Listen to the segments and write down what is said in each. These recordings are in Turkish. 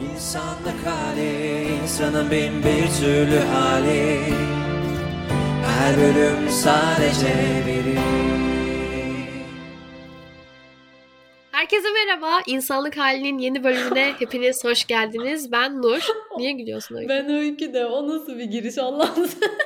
İnsanlık hali, insanın bin bir türlü hali. Her bölüm sadece biri. Herkese merhaba. İnsanlık Hali'nin yeni bölümüne hepiniz hoş geldiniz. Ben Nur. Niye gülüyorsun Öykü? Ben Öykü de. O nasıl bir giriş Allah'ım.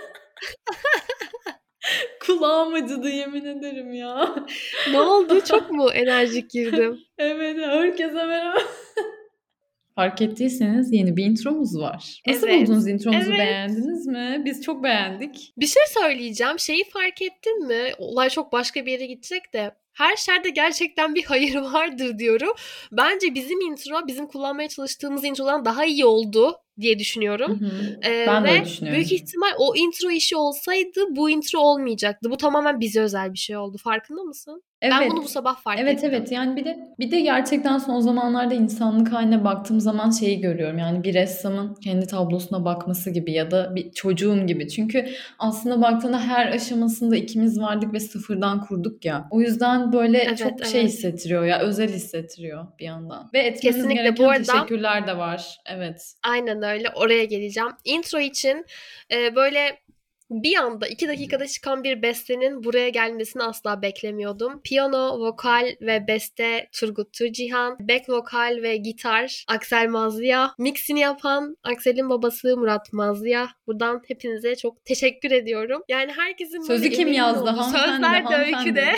Kulağım acıdı yemin ederim ya. Ne oldu? Çok mu enerjik girdim? Evet, herkese merhaba. Fark ettiyseniz yeni bir intromuz var. Nasıl Evet, buldunuz intromuzu? evet. Beğendiniz mi? Biz çok beğendik. Bir şey söyleyeceğim. Şeyi fark ettin mi? Olay çok başka bir yere gidecek de. Her şerde gerçekten bir hayır vardır diyorum. Bence bizim intro, bizim kullanmaya çalıştığımız introdan daha iyi oldu diye düşünüyorum. Ben de Ve öyle düşünüyorum. büyük ihtimal o intro işi olsaydı bu intro olmayacaktı. Bu tamamen bize özel bir şey oldu. Farkında mısın? Ben bunu bu sabah fark ettim. Evet yani bir de gerçekten son zamanlarda insanlık haline baktığım zaman şeyi görüyorum. Yani bir ressamın kendi tablosuna bakması gibi ya da bir çocuğum gibi. Çünkü aslında baktığında her aşamasında ikimiz vardık ve sıfırdan kurduk ya. O yüzden böyle Evet, çok şey evet. hissettiriyor ya, özel hissettiriyor bir yandan. Ve etmemiz Kesinlikle. gereken Bu arada teşekkürler de var. Evet. aynen öyle. Oraya geleceğim. Intro için böyle bir anda 2 dakikada çıkan bir bestenin buraya gelmesini asla beklemiyordum. Piyano, vokal ve beste Turgut Türcihan. Back vokal ve gitar Aksel Mazlıya. Mixini yapan Aksel'in babası Murat Mazlıya. Buradan hepinize çok teşekkür ediyorum. Yani herkesin böyle Sözü kim emeğinin yazdı? olduğu, Hanımefendi, sözler de Öykü'de.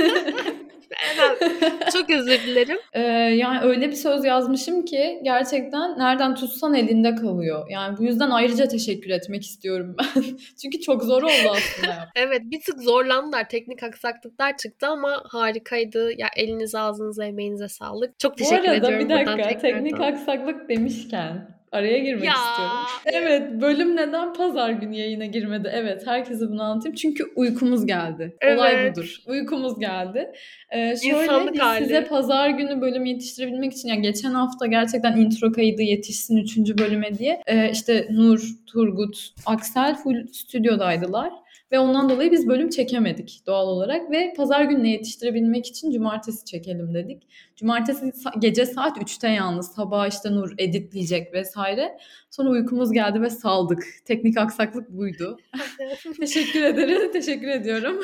Çok özür dilerim. Yani öyle bir söz yazmışım ki gerçekten nereden tutsan elinde kalıyor. Yani bu yüzden ayrıca teşekkür etmek istiyorum ben. Çünkü çok zor oldu aslında. Evet, bir tık zorlandılar. Teknik aksaklıklar çıktı ama harikaydı. Ya elinize, ağzınıza, emeğinize sağlık. Çok Bu teşekkür arada ediyorum bir buradan dakika, teknik tekrardan. aksaklık demişken araya girmek Ya istiyorum. Evet, bölüm neden pazar günü yayına girmedi? Evet, herkese bunu anlatayım. Çünkü uykumuz geldi. Olay evet. budur. Uykumuz geldi. Şöyle İnsanlık biz size hali. pazar günü bölüm yetiştirebilmek için, yani geçen hafta gerçekten intro kaydı yetişsin 3. bölüme diye işte Nur, Turgut, Aksel full stüdyodaydılar. Ve ondan dolayı biz bölüm çekemedik doğal olarak ve pazar gününe yetiştirebilmek için cumartesi çekelim dedik. Cumartesi gece saat 3'te yalnız. Sabah işte Nur editleyecek vesaire. Sonra uykumuz geldi ve saldık. Teknik aksaklık buydu. Teşekkür ederim. Teşekkür ediyorum.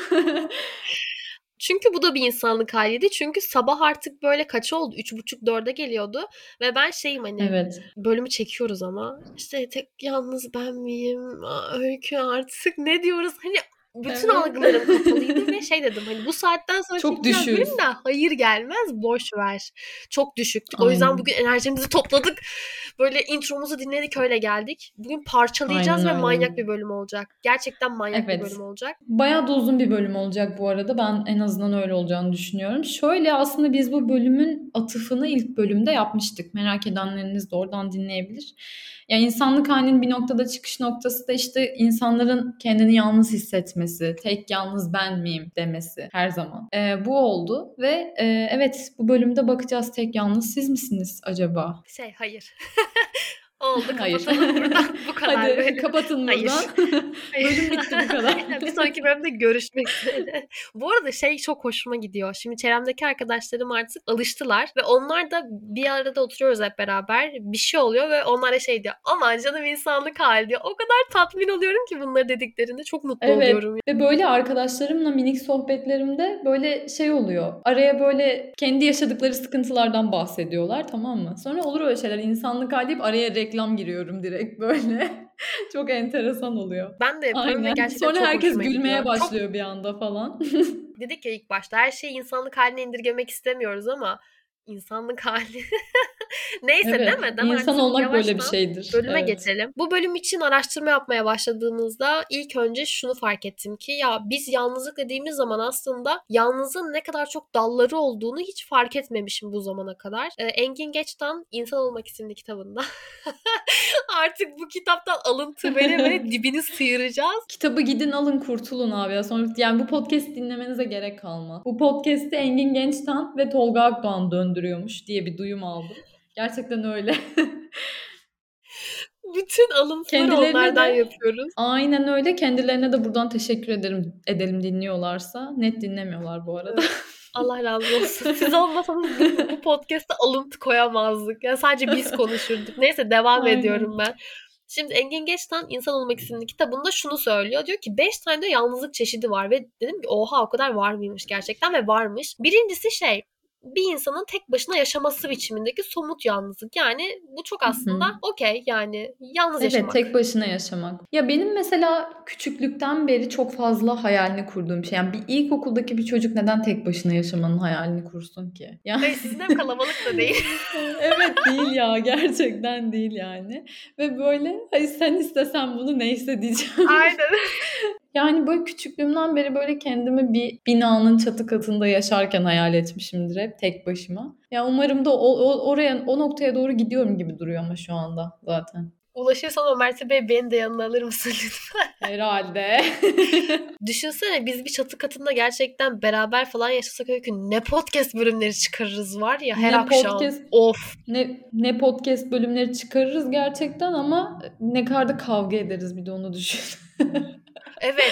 Çünkü bu da bir insanlık haliydi. Çünkü sabah artık böyle kaç oldu? 3.30-4'e geliyordu. Ve ben şeyim hani Evet. bölümü çekiyoruz ama işte tek yalnız ben miyim? Öykü artık ne diyoruz? Hani bütün Evet. algılarım kapalıydı ve şey dedim hani bu saatten sonra Çok çekeceğiz bölüm düşüyoruz. de hayır gelmez boş ver. Çok düşüktük. O yüzden Aynen. bugün enerjimizi topladık. Böyle intromuzu dinledik öyle geldik. Bugün parçalayacağız Aynen ve öyle. manyak bir bölüm olacak. Gerçekten manyak bir Evet. bölüm olacak. Bayağı da uzun bir bölüm olacak bu arada. Ben en azından öyle olacağını düşünüyorum. Şöyle, aslında biz bu bölümün atıfını ilk bölümde yapmıştık. Merak edenleriniz de oradan dinleyebilir. Yani insanlık halinin bir noktada çıkış noktası da işte insanların kendini yalnız hissetmesi, tek yalnız ben miyim demesi her zaman. Bu oldu ve evet, bu bölümde bakacağız, tek yalnız siz misiniz acaba? Hayır. Oldu Hayır. kapatalım buradan. Bu kadar Hadi bölüm. kapatın Hayır. buradan. Bölüm bitti, bu kadar. Aynen, bir sonraki bölümde görüşmek üzere. Bu arada çok hoşuma gidiyor. Şimdi çevremdeki arkadaşlarım artık alıştılar ve onlar da bir arada oturuyoruz hep beraber. Bir şey oluyor ve onlar da şey diyor. Aman canım insanlık hali diyor. O kadar tatmin oluyorum ki bunları dediklerinde. Çok mutlu Evet oluyorum. ve böyle arkadaşlarımla minik sohbetlerimde böyle şey oluyor. Araya böyle kendi yaşadıkları sıkıntılardan bahsediyorlar, tamam mı? Sonra olur öyle şeyler, insanlık hali deyip araya reklam giriyorum direkt böyle. Çok enteresan oluyor. Ben de yapıyorum ve Aynen. gerçekten Sonra çok herkes hoşuma gülmeye gidiyor. Çok başlıyor bir anda falan. dedik ya ilk başta her şeyi insanlık haline indirgemek istemiyoruz ama insanlık hali. Neyse Evet, demeden insan artık olmak böyle bir yavaştan şeydir. bölüme Evet. geçelim. Bu bölüm için araştırma yapmaya başladığımızda ilk önce şunu fark ettim ki ya biz yalnızlık dediğimiz zaman aslında yalnızlığın ne kadar çok dalları olduğunu hiç fark etmemişim bu zamana kadar. Engin Geçtan İnsan Olmak isimli kitabında. Artık bu kitaptan alıntı vere vere dibini sıyıracağız. Kitabı gidin alın, kurtulun abi ya. Sonra yani bu podcast dinlemenize gerek kalmaz. Bu podcast'i Engin Gençtan ve Tolga Akdoğan döndürüyormuş diye bir duyum aldım. Gerçekten öyle. Bütün alıntıları Kendilerine onlardan de yapıyoruz. aynen öyle. Kendilerine de buradan teşekkür edelim dinliyorlarsa. Net dinlemiyorlar bu arada. Evet. Allah razı olsun. Siz olmasanız bu podcast'a alıntı koyamazdık. Yani sadece biz konuşurduk. Neyse devam ediyorum Aynen. ben. Şimdi Engin Geçtan İnsan Olmak isimli kitabında şunu söylüyor. Diyor ki 5 tane de yalnızlık çeşidi var ve dedim ki oha o kadar var mıymış gerçekten ve varmış. Birincisi bir insanın tek başına yaşaması biçimindeki somut yalnızlık. Yani bu çok Hı aslında hı. okey yani yalnız Evet, yaşamak. tek başına yaşamak. Ya benim mesela küçüklükten beri çok fazla hayalini kurduğum şey. Yani bir ilkokuldaki bir çocuk neden tek başına yaşamanın hayalini kursun ki? Yani Hayır sizin ev kalabalık da değil. evet, değil ya, gerçekten değil yani. Ve böyle hayır sen istesen bunu neyse diyeceğim. Aynen. Yani böyle küçüklüğümden beri böyle kendimi bir binanın çatı katında yaşarken hayal etmişimdir hep tek başıma. Ya umarım da oraya, o noktaya doğru gidiyorum gibi duruyor ama şu anda zaten. Ulaşırsan o mertebeye beni de yanına alır mısın lütfen? Herhalde. Düşünsene biz bir çatı katında gerçekten beraber falan yaşasak Öykü ne podcast bölümleri çıkarırız var ya her Ne akşam. podcast Of. ne podcast bölümleri çıkarırız gerçekten ama ne kadar da kavga ederiz, bir de onu düşün. Evet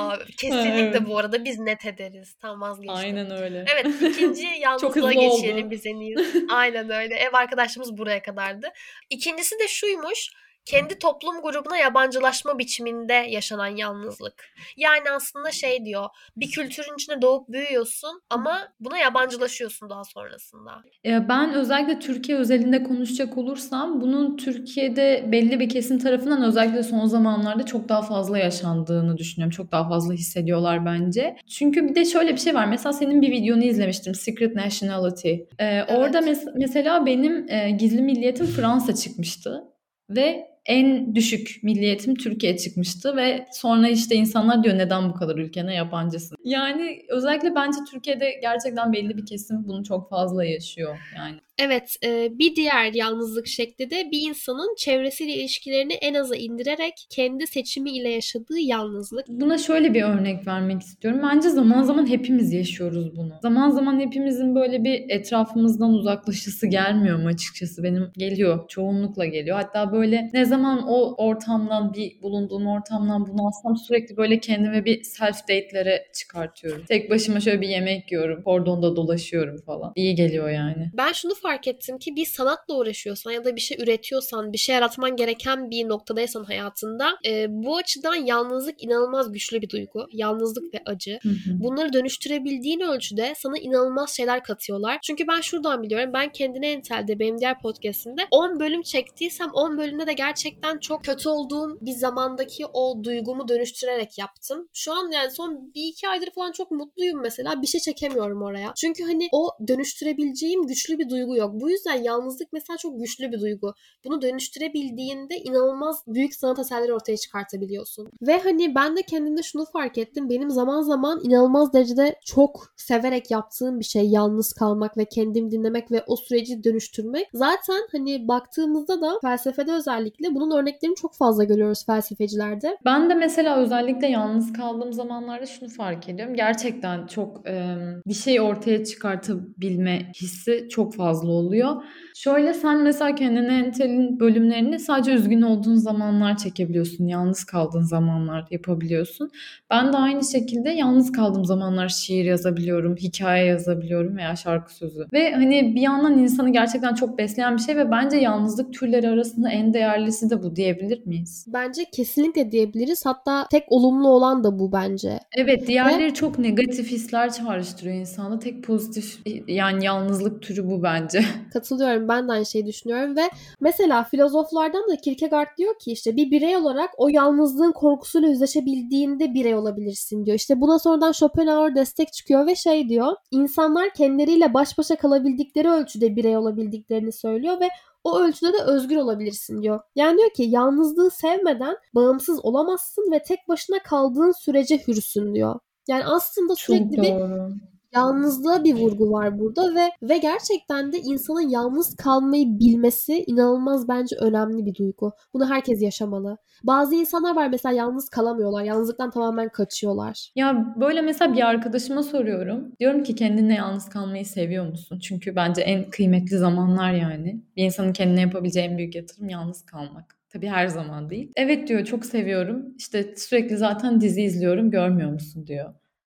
Evet. kesinlikle bu arada biz net ederiz. Tam vazgeçtim. Aynen öyle. Evet ikinci Çok yalnızlığa hızlı geçelim oldu. biz en iyisi. Aynen öyle. Ev arkadaşımız buraya kadardı. İkincisi de şuymuş. Kendi toplum grubuna yabancılaşma biçiminde yaşanan yalnızlık. Yani aslında diyor. Bir kültürün içinde doğup büyüyorsun ama buna yabancılaşıyorsun daha sonrasında. Ben özellikle Türkiye özelinde konuşacak olursam bunun Türkiye'de belli bir kesim tarafından özellikle son zamanlarda çok daha fazla yaşandığını düşünüyorum. Çok daha fazla hissediyorlar bence. Çünkü bir de şöyle bir şey var. Mesela senin bir videonu izlemiştim. Secret Nationality. Orada Evet. mesela benim gizli milliyetim Fransa çıkmıştı. Ve en düşük milliyetim Türkiye çıkmıştı ve sonra işte insanlar diyor neden bu kadar ülkene yabancısın? Yani özellikle bence Türkiye'de gerçekten belli bir kesim bunu çok fazla yaşıyor yani. Evet, bir diğer yalnızlık şekli de bir insanın çevresiyle ilişkilerini en aza indirerek kendi seçimiyle yaşadığı yalnızlık. Buna şöyle bir örnek vermek istiyorum. Bence zaman zaman hepimiz yaşıyoruz bunu. Zaman zaman hepimizin böyle bir etrafımızdan uzaklaşısı gelmiyor mu açıkçası? Benim geliyor. Çoğunlukla geliyor. Hatta böyle ne zaman o ortamdan, bir bulunduğum ortamdan bunu alsam sürekli böyle kendime bir self date'lere çıkartıyorum. Tek başıma şöyle bir yemek yiyorum. Kordonda dolaşıyorum falan. İyi geliyor yani. Ben şunu fark ettim ki bir sanatla uğraşıyorsan ya da bir şey üretiyorsan, bir şey yaratman gereken bir noktadaysan hayatında bu açıdan yalnızlık inanılmaz güçlü bir duygu. Yalnızlık ve acı. Hı hı. Bunları dönüştürebildiğin ölçüde sana inanılmaz şeyler katıyorlar. Çünkü ben şuradan biliyorum. Ben Kendine Entel'de benim diğer podcast'imde 10 bölüm çektiysem 10 bölümde de gerçekten çok kötü olduğum bir zamandaki o duygumu dönüştürerek yaptım. Şu an yani son 1-2 aydır falan çok mutluyum mesela. Bir şey çekemiyorum oraya. Çünkü hani o dönüştürebileceğim güçlü bir duygu yok. Bu yüzden yalnızlık mesela çok güçlü bir duygu. Bunu dönüştürebildiğinde inanılmaz büyük sanat eserleri ortaya çıkartabiliyorsun. Ve hani ben de kendimde şunu fark ettim. Benim zaman zaman inanılmaz derecede çok severek yaptığım bir şey yalnız kalmak ve kendimi dinlemek ve o süreci dönüştürmek. Zaten hani baktığımızda da felsefede özellikle bunun örneklerini çok fazla görüyoruz felsefecilerde. Ben de mesela özellikle yalnız kaldığım zamanlarda şunu fark ediyorum. Gerçekten çok bir şey ortaya çıkartabilme hissi çok fazla oluyor. Şöyle sen mesela Kendine Entel'in bölümlerini sadece üzgün olduğun zamanlar çekebiliyorsun. Yalnız kaldığın zamanlar yapabiliyorsun. Ben de aynı şekilde yalnız kaldığım zamanlar şiir yazabiliyorum, hikaye yazabiliyorum veya şarkı sözü. Ve hani bir yandan insanı gerçekten çok besleyen bir şey ve bence yalnızlık türleri arasında en değerlisi de bu diyebilir miyiz? Bence kesinlikle diyebiliriz. Hatta tek olumlu olan da bu bence. Evet, Ve diğerleri çok negatif hisler çağrıştırıyor insanda. Tek pozitif yani yalnızlık türü bu bence. katılıyorum. Ben de aynı şeyi düşünüyorum ve mesela filozoflardan da Kierkegaard diyor ki işte bir birey olarak o yalnızlığın korkusuyla yüzleşebildiğinde birey olabilirsin diyor. İşte buna sonradan Schopenhauer destek çıkıyor ve diyor. İnsanlar kendileriyle baş başa kalabildikleri ölçüde birey olabildiklerini söylüyor ve o ölçüde de özgür olabilirsin diyor. Yani diyor ki yalnızlığı sevmeden bağımsız olamazsın ve tek başına kaldığın sürece hürsün diyor. Yani aslında Çok sürekli bir doğru. yalnızlığa bir vurgu var burada ve gerçekten de insanın yalnız kalmayı bilmesi inanılmaz bence önemli bir duygu. Bunu herkes yaşamalı. Bazı insanlar var mesela yalnız kalamıyorlar. Yalnızlıktan tamamen kaçıyorlar. Ya böyle mesela bir arkadaşıma soruyorum. Diyorum ki kendinle yalnız kalmayı seviyor musun? Çünkü bence en kıymetli zamanlar yani. Bir insanın kendine yapabileceği en büyük yatırım yalnız kalmak. Tabii her zaman değil. Evet diyor, çok seviyorum. İşte sürekli zaten dizi izliyorum, görmüyor musun diyor.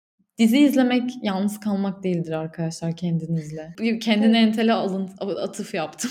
Dizi izlemek yalnız kalmak değildir arkadaşlar, kendinizle. Kendine entele atıf yaptım.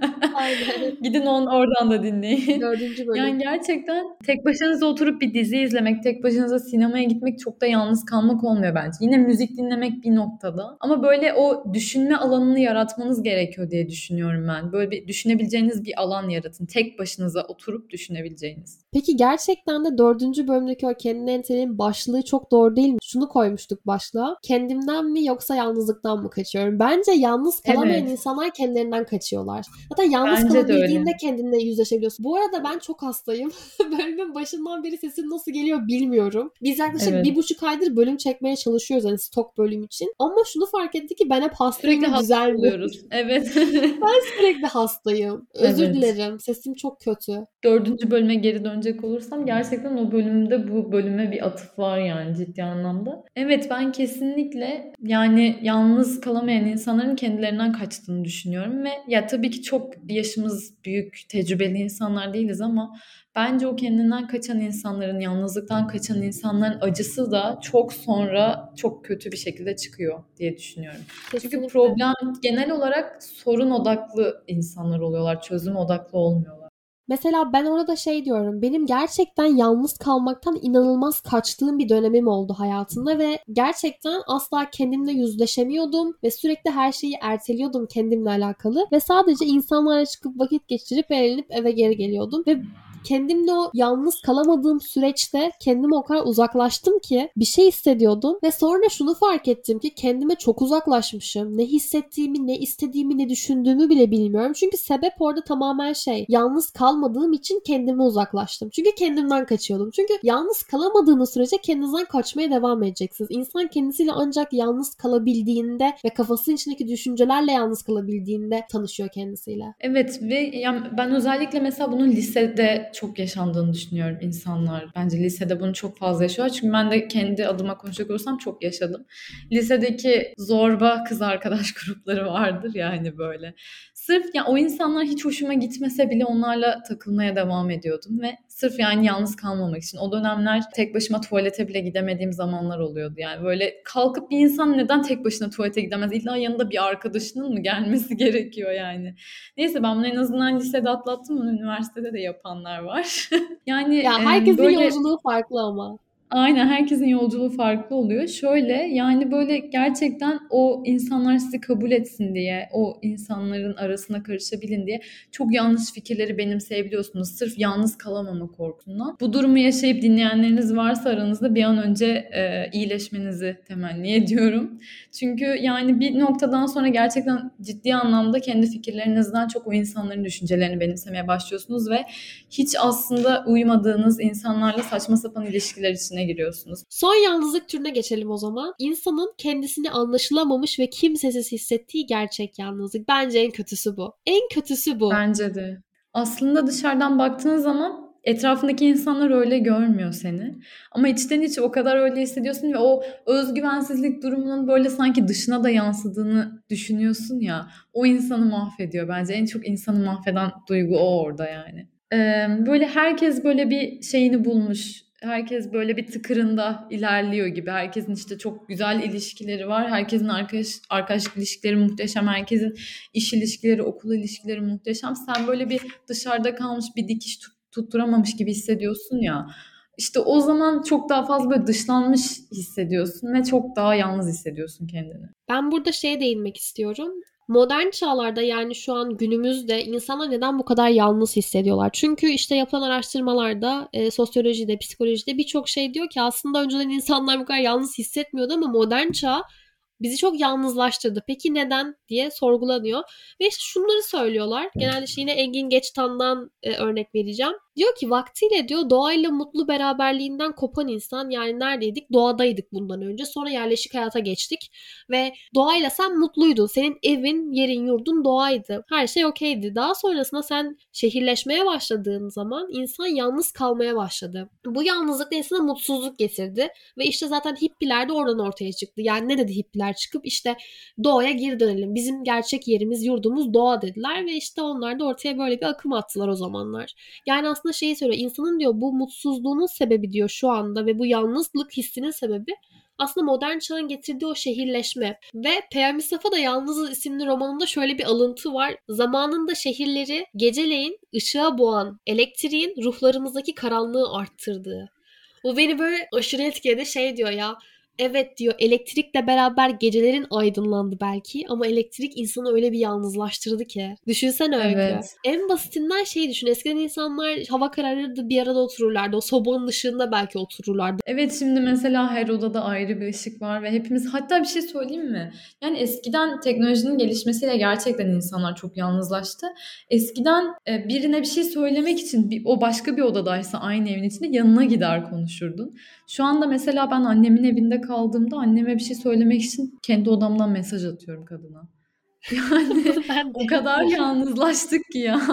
Aynen. Gidin onu oradan da dinleyin. 4. bölüm. Yani gerçekten tek başınıza oturup bir dizi izlemek, tek başınıza sinemaya gitmek çok da yalnız kalmak olmuyor bence. Yine müzik dinlemek bir noktada. Ama böyle o düşünme alanını yaratmanız gerekiyor diye düşünüyorum ben. Böyle bir düşünebileceğiniz bir alan yaratın. Tek başınıza oturup düşünebileceğiniz. Peki gerçekten de 4. bölümdeki o kendine entelin başlığı çok doğru değil mi? Şunu koymuştuk başlığa. Kendimden mi yoksa yalnızlıktan mı kaçıyorum? Bence yalnız kalamayan Evet. insanlar kendilerinden kaçıyorlar. Zaten yalnız Bence de öyle. kalabildiğinde kendinle yüzleşebiliyorsun. Bu arada ben çok hastayım. Bölümün başından beri sesim nasıl geliyor bilmiyorum. Biz yaklaşık Evet. 1,5 aydır bölüm çekmeye çalışıyoruz hani stok bölüm için. Ama şunu fark ettik ki ben hep hastayım Sürekli ve hasta düzelmiyor. oluyoruz. Evet. Ben sürekli hastayım. Özür Evet. dilerim. Sesim çok kötü. 4. bölüme geri dönecek olursam gerçekten o bölümde bu bölüme bir atıf var yani ciddi anlamda. Evet, ben kesinlikle yani yalnız kalamayan insanların kendilerinden kaçtığını düşünüyorum ve ya tabii ki çok yaşımız büyük, tecrübeli insanlar değiliz ama bence o kendinden kaçan insanların, yalnızlıktan kaçan insanların acısı da çok sonra çok kötü bir şekilde çıkıyor diye düşünüyorum. Çünkü Kesinlikle. problem genel olarak sorun odaklı insanlar oluyorlar, çözüm odaklı olmuyorlar. Mesela ben orada şey diyorum. Benim gerçekten yalnız kalmaktan inanılmaz kaçtığım bir dönemim oldu hayatımda ve gerçekten asla kendimle yüzleşemiyordum ve sürekli her şeyi erteliyordum kendimle alakalı ve sadece insanlarla çıkıp vakit geçirip eğlenip eve geri geliyordum ve kendimle o yalnız kalamadığım süreçte kendime o kadar uzaklaştım ki bir şey hissediyordum ve sonra şunu fark ettim ki kendime çok uzaklaşmışım. Ne hissettiğimi, ne istediğimi, ne düşündüğümü bile bilmiyorum. Çünkü sebep orada tamamen yalnız kalmadığım için kendime uzaklaştım. Çünkü kendimden kaçıyordum. Çünkü yalnız kalamadığınız sürece kendinizden kaçmaya devam edeceksiniz. İnsan kendisiyle ancak yalnız kalabildiğinde ve kafasının içindeki düşüncelerle yalnız kalabildiğinde tanışıyor kendisiyle. Evet ve yani ben özellikle mesela bunun lisede çok yaşandığını düşünüyorum insanlar. Bence lisede bunu çok fazla yaşıyor. Çünkü ben de kendi adıma konuşacak olursam çok yaşadım. Lisedeki zorba kız arkadaş grupları vardır ya hani böyle. Sırf yani o insanlar hiç hoşuma gitmese bile onlarla takılmaya devam ediyordum ve sırf yani yalnız kalmamak için. O dönemler tek başıma tuvalete bile gidemediğim zamanlar oluyordu. Yani böyle kalkıp bir insan neden tek başına tuvalete gidemez? İlla yanında bir arkadaşının mı gelmesi gerekiyor yani? Neyse, ben bunu en azından lisede atlattım. Bunu üniversitede de yapanlar var. Yani Ya herkesin böyle yolculuğu farklı ama. aynen, herkesin yolculuğu farklı oluyor. Şöyle yani böyle gerçekten o insanlar sizi kabul etsin diye, o insanların arasına karışabilin diye çok yanlış fikirleri benimseyebiliyorsunuz. Sırf yalnız kalamama korkusundan. Bu durumu yaşayıp dinleyenleriniz varsa aranızda bir an önce iyileşmenizi temenni ediyorum. Çünkü yani bir noktadan sonra gerçekten ciddi anlamda kendi fikirlerinizden çok o insanların düşüncelerini benimsemeye başlıyorsunuz ve hiç aslında uymadığınız insanlarla saçma sapan ilişkiler içine giriyorsunuz. Son yalnızlık türüne geçelim o zaman. İnsanın kendisini anlaşılamamış ve kimsesiz hissettiği gerçek yalnızlık. Bence en kötüsü bu. En kötüsü bu. Bence de. Aslında dışarıdan baktığın zaman etrafındaki insanlar öyle görmüyor seni. Ama içten içe o kadar öyle hissediyorsun ve o özgüvensizlik durumunun böyle sanki dışına da yansıdığını düşünüyorsun ya. O insanı mahvediyor bence. En çok insanı mahveden duygu o orada yani. Böyle herkes böyle bir şeyini bulmuş. Herkes böyle bir tıkırında ilerliyor gibi. Herkesin işte çok güzel ilişkileri var. Herkesin arkadaşlık ilişkileri muhteşem. Herkesin iş ilişkileri, okul ilişkileri muhteşem. Sen böyle bir dışarıda kalmış, bir dikiş tutturamamış gibi hissediyorsun ya. İşte o zaman çok daha fazla böyle dışlanmış hissediyorsun ve çok daha yalnız hissediyorsun kendini. Ben burada değinmek istiyorum. Modern çağlarda yani şu an günümüzde insanlar neden bu kadar yalnız hissediyorlar? Çünkü işte yapılan araştırmalarda sosyolojide, psikolojide birçok diyor ki aslında önceden insanlar bu kadar yalnız hissetmiyordu ama modern çağ bizi çok yalnızlaştırdı. Peki neden diye sorgulanıyor. Ve işte şunları söylüyorlar. Genelde yine Engin Geçtan'dan örnek vereceğim. Diyor ki vaktiyle diyor doğayla mutlu beraberliğinden kopan insan yani neredeydik? Doğadaydık bundan önce. Sonra yerleşik hayata geçtik. Ve doğayla sen mutluydun. Senin evin, yerin, yurdun doğaydı. Her şey okeydi. Daha sonrasında sen şehirleşmeye başladığın zaman insan yalnız kalmaya başladı. Bu yalnızlık da insana mutsuzluk getirdi. Ve işte zaten hippiler de oradan ortaya çıktı. Yani ne dedi hippiler çıkıp işte doğaya geri dönelim. Bizim gerçek yerimiz, yurdumuz doğa dediler. Ve işte onlar da ortaya böyle bir akım attılar o zamanlar. Yani aslında söylüyor. İnsanın diyor bu mutsuzluğunun sebebi diyor şu anda ve bu yalnızlık hissinin sebebi aslında modern çağın getirdiği o şehirleşme. Ve Peyami Safa da Yalnızız isimli romanında şöyle bir alıntı var. Zamanında şehirleri geceleyin ışığa boğan elektriğin ruhlarımızdaki karanlığı arttırdığı. Bu beni böyle aşırı etkiledi. Şey diyor ya, evet diyor, elektrikle beraber gecelerin aydınlandı belki ama elektrik insanı öyle bir yalnızlaştırdı ki. Düşünsene Öykü. Evet. En basitinden şey düşün. Eskiden insanlar hava kararırdı, bir arada otururlardı. O sobanın ışığında belki otururlardı. Evet, şimdi mesela her odada ayrı bir ışık var ve hepimiz, hatta bir şey söyleyeyim mi? Yani eskiden teknolojinin gelişmesiyle gerçekten insanlar çok yalnızlaştı. Eskiden birine bir şey söylemek için o başka bir odadaysa aynı evin içinde yanına gider konuşurdun. Şu anda mesela ben annemin evinde kaldığımda anneme bir şey söylemek için kendi odamdan mesaj atıyorum kadına. Yani Bunu ben de o kadar yapıyorum. yalnızlaştık ki ya.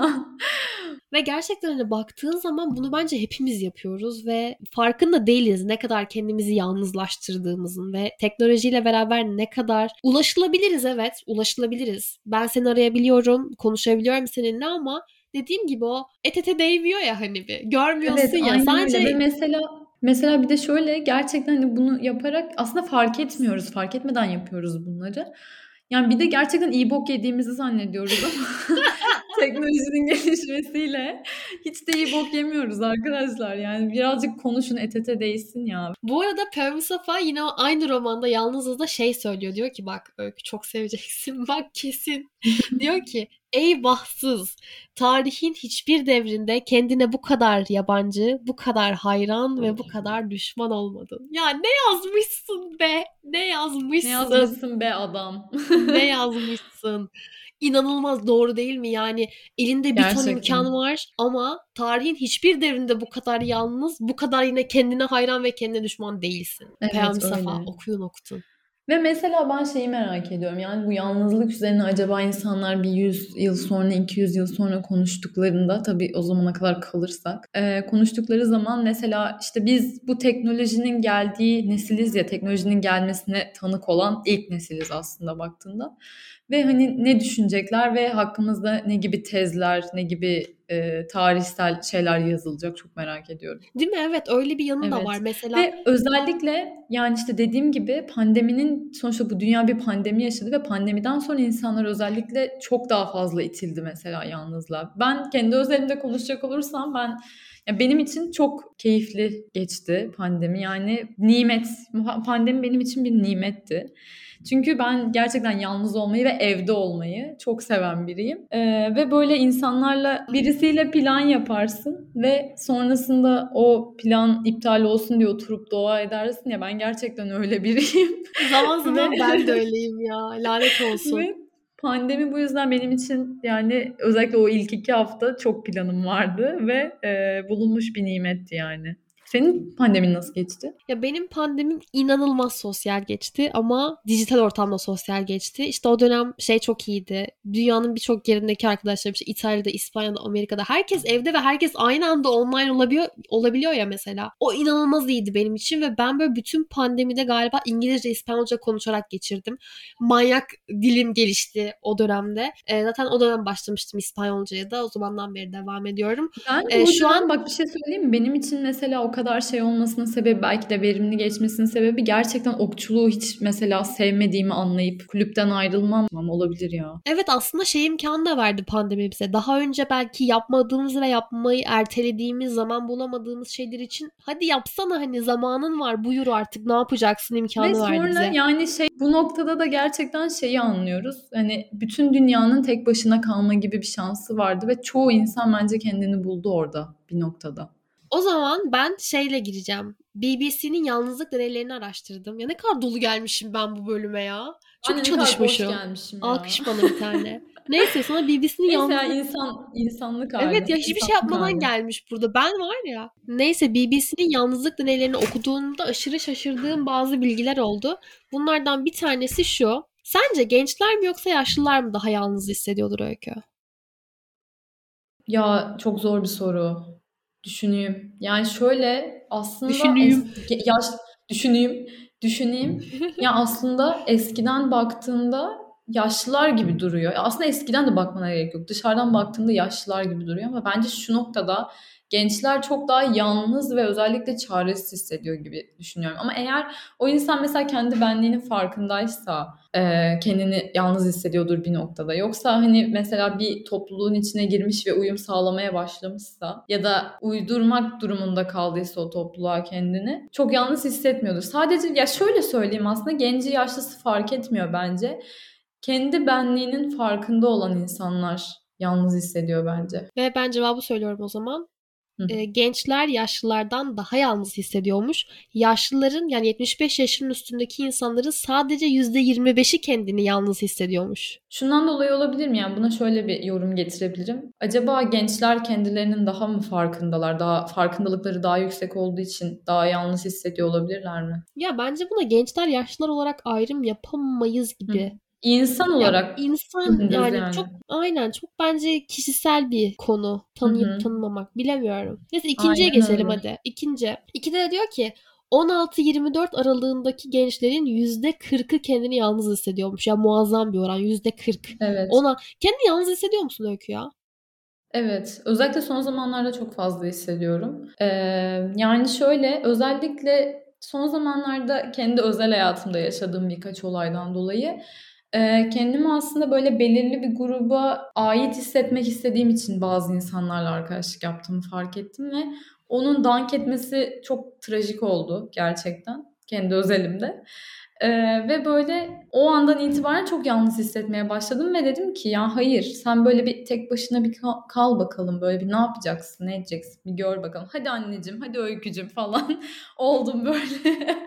Ve gerçekten hani baktığın zaman bunu bence hepimiz yapıyoruz ve farkında değiliz ne kadar kendimizi yalnızlaştırdığımızın ve teknolojiyle beraber ne kadar ulaşılabiliriz, evet ulaşılabiliriz. Ben seni arayabiliyorum, konuşabiliyorum seninle ama dediğim gibi o et ete değmiyor ya, hani bir Evet, görmüyorsun ya aynen öyle ve sadece. mesela bir de şöyle, gerçekten hani bunu yaparak aslında fark etmiyoruz. Fark etmeden yapıyoruz bunları. Yani bir de gerçekten iyi bok yediğimizi zannediyoruz ama teknolojinin gelişmesiyle hiç de iyi bok yemiyoruz arkadaşlar. Yani birazcık konuşun, et ete değsin ya. Bu arada Pembe Safa yine o aynı romanda Yalnızız'da şey söylüyor. Diyor ki bak Öykü çok seveceksin. Bak kesin. Diyor ki ey bahtsız, tarihin hiçbir devrinde kendine bu kadar yabancı, bu kadar hayran ve bu kadar düşman olmadın. Ya ne yazmışsın be? Ne Ne yazmışsın? yazmışsın be adam. Ne yazmışsın? İnanılmaz doğru değil mi? Yani elinde bir ton imkan Gerçekten. var ama tarihin hiçbir devrinde bu kadar yalnız, bu kadar yine kendine hayran ve kendine düşman değilsin. Evet, Peyami Safa öyle. okuyun okutun. Ve mesela ben şeyi merak ediyorum. Yani bu yalnızlık üzerine acaba insanlar bir 100 yıl sonra, 200 yıl sonra konuştuklarında, tabii o zamana kadar kalırsak, konuştukları zaman mesela işte biz bu teknolojinin geldiği nesiliz ya, teknolojinin gelmesine tanık olan ilk nesiliz aslında baktığında. Ve hani ne düşünecekler ve hakkımızda ne gibi tezler, ne gibi tarihsel şeyler yazılacak, çok merak ediyorum. Değil mi? Evet, öyle bir yanı da var. Evet Mesela ve özellikle yani işte dediğim gibi pandeminin, sonuçta bu dünya bir pandemi yaşadı ve pandemiden sonra insanlar özellikle çok daha fazla itildi mesela yalnızlığa. Ben kendi özelimde konuşacak olursam ya benim için çok keyifli geçti pandemi. Yani nimet, pandemi benim için bir nimetti. Çünkü ben gerçekten yalnız olmayı ve evde olmayı çok seven biriyim. Ve böyle insanlarla, birisiyle plan yaparsın ve sonrasında o plan iptal olsun diye oturup dua edersin ya, ben gerçekten öyle biriyim. zaman ve zaman ben de öyleyim ya. Lanet olsun. ve pandemi bu yüzden benim için, yani özellikle o ilk 2 hafta çok planım vardı ve bulunmuş bir nimetti yani. Senin pandemin nasıl geçti? Ya benim pandemim inanılmaz sosyal geçti ama dijital ortamda sosyal geçti. İşte o dönem şey çok iyiydi. Dünyanın birçok yerindeki arkadaşlarım işte İtalya'da, İspanya'da, Amerika'da herkes evde ve herkes aynı anda online olabiliyor ya mesela. O inanılmaz iyiydi benim için ve ben böyle bütün pandemide galiba İngilizce, İspanyolca konuşarak geçirdim. Manyak dilim gelişti o dönemde. Zaten o dönem başlamıştım İspanyolcaya da. O zamandan beri devam ediyorum. Bence o Şu dönem, an bak bir şey söyleyeyim mi? Benim için mesela o kadar şey olmasının sebebi, belki de verimli geçmesinin sebebi, gerçekten okçuluğu hiç mesela sevmediğimi anlayıp kulüpten ayrılmam olabilir ya. evet, aslında şey imkanı da verdi pandemi bize. Daha önce belki yapmadığımız ve yapmayı ertelediğimiz, zaman bulamadığımız şeyler için hadi yapsana, hani zamanın var, buyur artık ne yapacaksın Ve imkanı verdi sonra bize. yani bu noktada da gerçekten şeyi anlıyoruz. Hani bütün dünyanın tek başına kalma gibi bir şansı vardı ve çoğu insan bence kendini buldu orada bir noktada. O zaman ben şeyle gireceğim. BBC'nin yalnızlık deneylerini araştırdım. Ya ne kadar dolu gelmişim ben bu bölüme ya. Ben de Çok ne kadar boş çalışmışım. gelmişim ya. Alkış bana bir tane. Neyse, sana BBC'nin Neyse ya, yalnızlık. insanlık Evet hali. ya, hiçbir şey İnsanlık yapmadan hali. gelmiş burada. Ben var ya. Neyse, BBC'nin yalnızlık deneylerini okuduğumda aşırı şaşırdığım bazı bilgiler oldu. Bunlardan bir tanesi şu. Sence gençler mi yoksa yaşlılar mı daha yalnız hissediyordur Öykü? Ya çok zor bir soru. Düşüneyim. Yani şöyle aslında Düşüneyim. düşüneyim. Ya aslında eskiden baktığında yaşlılar gibi duruyor. Aslında eskiden de bakmana gerek yok. Dışarıdan baktığımda yaşlılar gibi duruyor ama bence şu noktada gençler çok daha yalnız ve özellikle çaresiz hissediyor gibi düşünüyorum. Ama eğer o insan mesela kendi benliğinin farkındaysa kendini yalnız hissediyordur bir noktada. Yoksa hani mesela bir topluluğun içine girmiş ve uyum sağlamaya başlamışsa ya da uydurmak durumunda kaldıysa o topluluğa kendini çok yalnız hissetmiyordur. Sadece ya şöyle söyleyeyim, aslında genci yaşlısı fark etmiyor bence. Kendi benliğinin farkında olan insanlar yalnız hissediyor bence. Ve ben cevabı söylüyorum o zaman. Hı. Gençler yaşlılardan daha yalnız hissediyormuş. Yaşlıların, yani 75 yaşının üstündeki insanların sadece %25'i kendini yalnız hissediyormuş. Şundan dolayı olabilir mi? Yani buna şöyle bir yorum getirebilirim. Acaba gençler kendilerinin daha mı farkındalar? Daha farkındalıkları daha yüksek olduğu için daha yalnız hissediyor olabilirler mi? Ya bence buna gençler yaşlılar olarak ayrım yapamayız Hı. gibi. İnsan Ya olarak insan düşündüğünüz yani yani. çok aynen çok bence kişisel bir konu. Hı Tanıyıp hı. tanımamak bilemiyorum. Neyse ikinciye Aynen geçelim öyle. hadi. İkinci. İkide de diyor ki 16-24 aralığındaki gençlerin %40'ı kendini yalnız hissediyormuş. Ya muazzam bir oran, %40. Evet. Kendini yalnız hissediyor musun Öykü ya? Evet. Özellikle son zamanlarda çok fazla hissediyorum. Yani şöyle, özellikle son zamanlarda kendi özel hayatımda yaşadığım birkaç olaydan dolayı kendimi aslında böyle belirli bir gruba ait hissetmek istediğim için bazı insanlarla arkadaşlık yaptığımı fark ettim ve onun dank etmesi çok trajik oldu gerçekten kendi özelimde. Ve böyle o andan itibaren çok yalnız hissetmeye başladım ve dedim ki ya hayır, sen böyle bir tek başına bir kal bakalım, böyle bir ne yapacaksın, ne edeceksin bir gör bakalım. Hadi anneciğim, hadi öykücüm falan oldum böyle.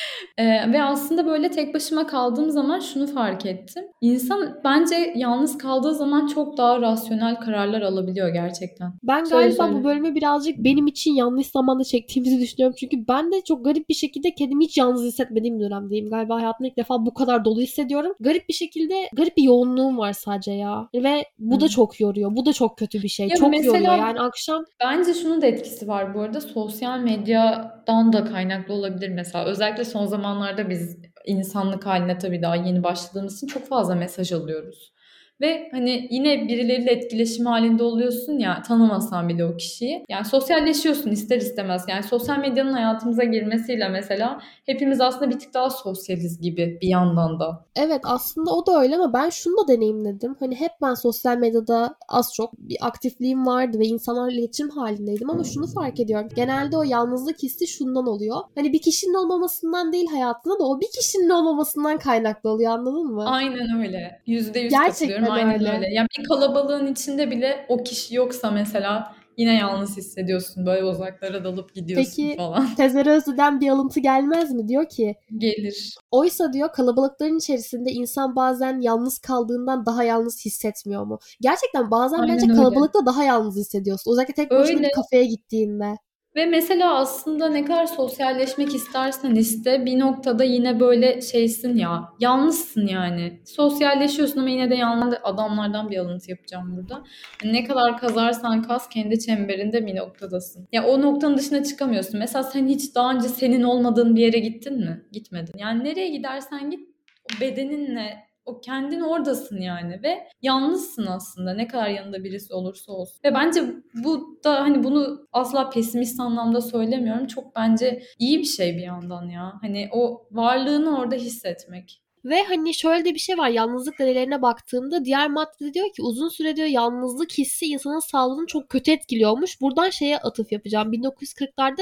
Ve aslında böyle tek başıma kaldığım zaman şunu fark ettim. İnsan bence yalnız kaldığı zaman çok daha rasyonel kararlar alabiliyor gerçekten. Ben Söyle galiba söyle. bu bölümü birazcık benim için yanlış zamanda çektiğimizi düşünüyorum. Çünkü ben de çok garip bir şekilde kendimi hiç yalnız hissetmediğim dönemdeyim. Galiba hayatımda ilk defa bu kadar dolu hissediyorum. Garip bir şekilde garip bir yoğunluğum var sadece ya. Ve bu da çok yoruyor. Bu da çok kötü bir şey. Ya Çok yoruyor. mesela Yani akşam bence şunun da etkisi var bu arada. Sosyal medyadan da kaynaklı olabilir mesela. Özellikle son zamanlarda biz insanlık haline tabii daha yeni başladığımız için çok fazla mesaj alıyoruz. Ve hani yine birileriyle etkileşim halinde oluyorsun ya, tanımasan bile o kişiyi. Yani sosyalleşiyorsun ister istemez. Yani sosyal medyanın hayatımıza girmesiyle mesela hepimiz aslında bir tık daha sosyaliz gibi bir yandan da. evet aslında o da öyle ama ben şunu da deneyimledim. Hani hep ben sosyal medyada az çok bir aktifliğim vardı ve insanlarla iletişim halindeydim ama şunu fark ediyorum. Genelde o yalnızlık hissi şundan oluyor. Hani bir kişinin olmamasından değil hayatında da o bir kişinin olmamasından kaynaklı oluyor, anladın mı? Aynen öyle. %100 katılıyorum. Gerçekten Aynen öyle. öyle. Yani bir kalabalığın içinde bile o kişi yoksa mesela yine yalnız hissediyorsun. Böyle uzaklara dalıp gidiyorsun Peki falan. Tezer Özlü'den bir alıntı gelmez mi? Diyor ki Gelir. oysa diyor kalabalıkların içerisinde insan bazen yalnız kaldığından daha yalnız hissetmiyor mu? Gerçekten bazen bence Aynen öyle. kalabalıkta daha yalnız hissediyorsun. Özellikle tek başına Öyle. bir kafeye gittiğinde. Ve mesela aslında ne kadar sosyalleşmek istersen iste bir noktada yine böyle şeysin ya, yalnızsın yani. Sosyalleşiyorsun ama yine de yalnız adamlardan bir alıntı yapacağım burada. Yani ne kadar kazarsan kaz kendi çemberinde bir noktadasın. Ya o noktanın dışına çıkamıyorsun. Mesela sen hiç daha önce senin olmadığın bir yere gittin mi? Gitmedin. Yani nereye gidersen git o bedeninle o kendin oradasın yani ve yalnızsın aslında ne kadar yanında birisi olursa olsun. Ve bence bu da hani bunu asla pesimist anlamda söylemiyorum. Çok bence iyi bir şey bir yandan ya. Hani o varlığını orada hissetmek. Ve hani şöyle de bir şey var, yalnızlık deneylerine baktığımda diğer maddede diyor ki uzun süre diyor yalnızlık hissi insanın sağlığını çok kötü etkiliyormuş. Buradan şeye atıf yapacağım. 1940'larda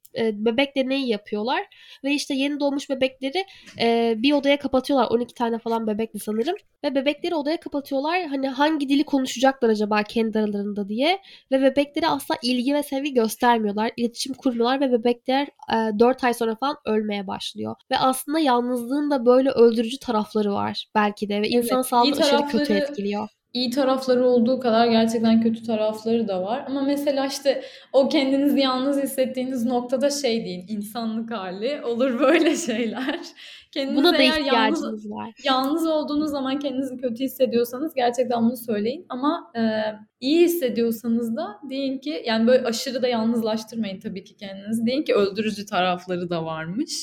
bebek deneyi yapıyorlar ve işte yeni doğmuş bebekleri bir odaya kapatıyorlar. 12 tane falan bebekti sanırım. Ve bebekleri odaya kapatıyorlar. Hani hangi dili konuşacaklar acaba kendi aralarında diye. Ve bebeklere asla ilgi ve sevgi göstermiyorlar. İletişim kurmuyorlar ve bebekler 4 ay sonra falan ölmeye başlıyor. Ve aslında yalnızlığın da böyle öldürücü tarafları var belki de. Ve Evet, insan iyi sağlığını aşırı kötü tarafları etkiliyor. iyi tarafları olduğu kadar gerçekten kötü tarafları da var. Ama mesela işte o kendinizi yalnız hissettiğiniz noktada şey deyin, insanlık hali olur böyle şeyler. Kendinizi Buna da eğer ihtiyacınız var. yalnız olduğunuz zaman kendinizi kötü hissediyorsanız gerçekten bunu söyleyin. Ama iyi hissediyorsanız da deyin ki yani böyle aşırı da yalnızlaştırmayın tabii ki kendinizi. Deyin ki öldürücü tarafları da varmış.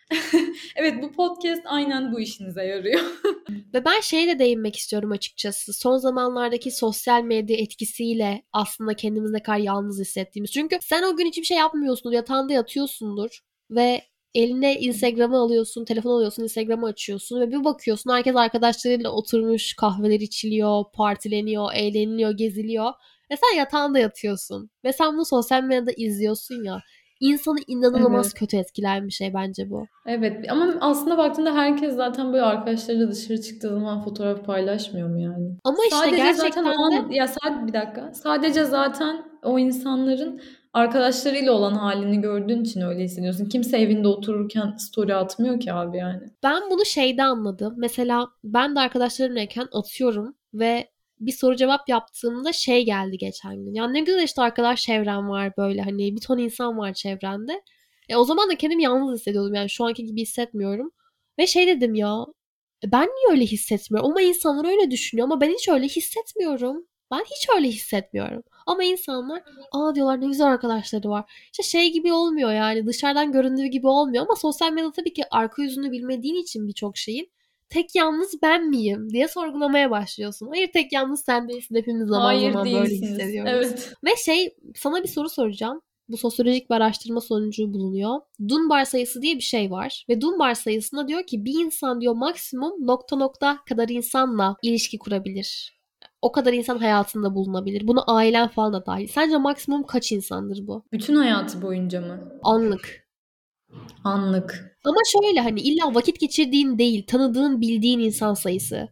Evet, bu podcast aynen bu işinize yarıyor. Ve ben şeye de değinmek istiyorum açıkçası. Son zamanlardaki sosyal medya etkisiyle aslında kendimizi ne kadar yalnız hissettiğimiz. Çünkü sen o gün hiçbir şey yapmıyorsundur, yatağında yatıyorsundur ve eline Instagram'ı alıyorsun, telefon alıyorsun, Instagram'ı açıyorsun ve bir bakıyorsun herkes arkadaşlarıyla oturmuş, kahveler içiliyor, partileniyor, eğleniliyor, geziliyor. Ve sen yatağında yatıyorsun. Ve sen bunu sosyal medyada izliyorsun ya. İnsanı inanılmaz Evet. kötü etkileyen bir şey bence bu. Evet ama aslında baktığında herkes zaten böyle arkadaşlarıyla dışarı çıktığı zaman fotoğraf paylaşmıyor mu yani? Ama işte Sadece zaten gerçekten o de an, ya sadece bir dakika. Sadece zaten o insanların arkadaşlarıyla olan halini gördüğün için öyle hissediyorsun. Kimse evinde otururken story atmıyor ki abi yani. ben bunu şeyde anladım. Mesela ben de arkadaşlarımlayken atıyorum ve bir soru cevap yaptığımda şey geldi geçen gün. Yani ne güzel işte arkadaş çevrem var böyle hani bir ton insan var çevrende. O zaman da kendimi yalnız hissediyordum yani şu anki gibi hissetmiyorum. Ve şey dedim ya ben niye öyle hissetmiyorum? Ama insanlar öyle düşünüyor ama ben hiç öyle hissetmiyorum. Ben hiç öyle hissetmiyorum. Ama insanlar diyorlar ne güzel arkadaşları var. İşte şey gibi olmuyor yani dışarıdan göründüğü gibi olmuyor ama sosyal medyada tabii ki arka yüzünü bilmediğin için birçok şeyin tek yalnız ben miyim diye sorgulamaya başlıyorsun. Hayır tek yalnız sen değilsin. Hepimiz zaman Hayır zaman böyle değilsiniz. hissediyoruz. Evet. Ve sana bir soru soracağım. Bu sosyolojik bir araştırma sonucu bulunuyor. Dunbar sayısı diye bir şey var. Ve Dunbar sayısında diyor ki bir insan diyor maksimum nokta nokta kadar insanla ilişki kurabilir. O kadar insan hayatında bulunabilir. Buna ailen falan da dahil. Sence maksimum kaç insandır bu? Bütün hayatı boyunca mı? Anlık. Anlık. Ama şöyle hani illa vakit geçirdiğin değil, tanıdığın, bildiğin insan sayısı.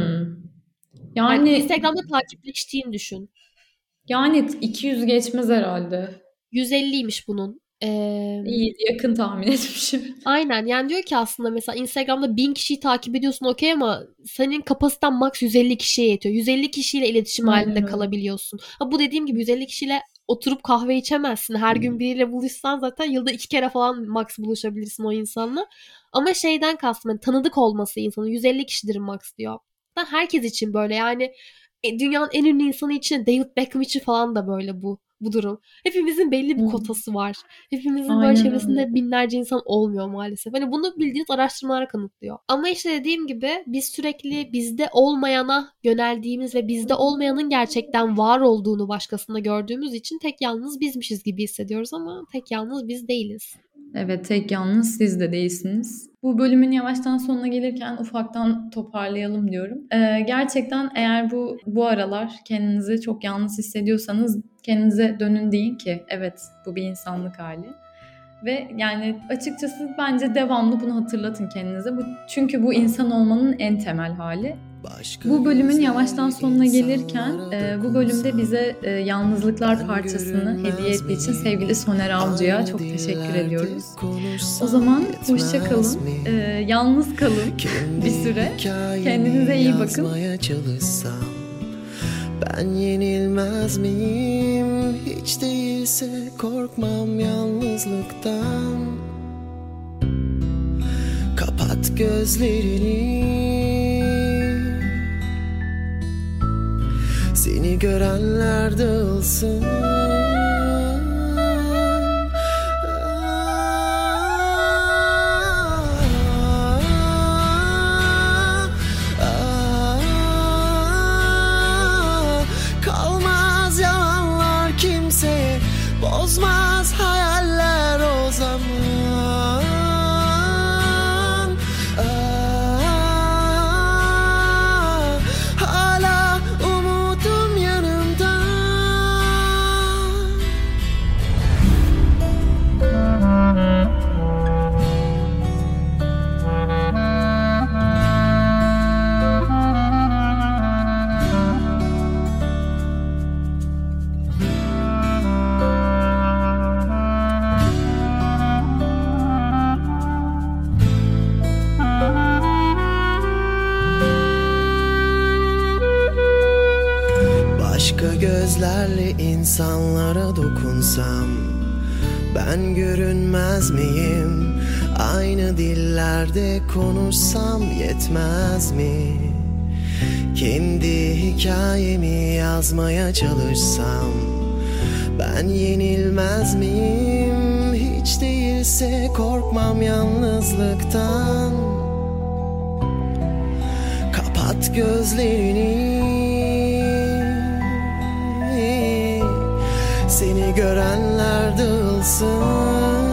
Yani Yani Instagram'da takipleştiğin düşün. 200 geçmez herhalde. 150'ymiş bunun. İyi, yakın tahmin etmişim. Aynen yani diyor ki aslında mesela Instagram'da 1000 kişiyi takip ediyorsun okey ama senin kapasiten max 150 kişiye yetiyor. 150 kişiyle iletişim halinde Aynen öyle. kalabiliyorsun. Bu dediğim gibi 150 kişiyle oturup kahve içemezsin. Her gün biriyle buluşsan zaten yılda 2 kere falan max buluşabilirsin o insanla. Ama şeyden kastım yani tanıdık olması insanın 150 kişidir max diyor. Herkes için böyle yani dünyanın en ünlü insanı için David Beckham için falan da böyle bu durum. Hepimizin belli bir kotası var. Hepimizin böyle Aynen çevresinde öyle. binlerce insan olmuyor maalesef. Hani bunu bildiğiniz araştırmalar kanıtlıyor. Ama işte dediğim gibi biz sürekli bizde olmayana yöneldiğimiz ve bizde olmayanın gerçekten var olduğunu başkasında gördüğümüz için tek yalnız bizmişiz gibi hissediyoruz ama tek yalnız biz değiliz. Evet, tek yalnız siz de değilsiniz. Bu bölümün yavaştan sonuna gelirken ufaktan toparlayalım diyorum. Gerçekten eğer bu aralar kendinizi çok yalnız hissediyorsanız kendinize dönün, deyin ki evet bu bir insanlık hali. Ve yani açıkçası bence devamlı bunu hatırlatın kendinize. Çünkü bu insan olmanın en temel hali. Bu bölümün yavaştan sonuna gelirken bu bölümde bize Yalnızlıklar parçasını hediye ettiği için sevgili Soner Avcı'ya çok teşekkür ediyoruz. O zaman hoşça kalın, yalnız kalın bir süre, kendinize iyi bakın. Ben yenilmez miyim? Hiç değilse korkmam yalnızlıktan. Kapat gözlerini, seni görenler dağılsın. Kalmaz yalanlar kimseye, bozmaz hayaller o zaman. Hala umudum yanımda. Başka gözlerle insanlara dokunsam, ben görünmez miyim? Aynı dillerde konuşsam yetmez mi? Kendi hikayemi yazmaya çalışsam, ben yenilmez miyim? Hiç hiç değilse korkmam yalnızlıktan. Kapat gözlerini, seni görenler dağılsın.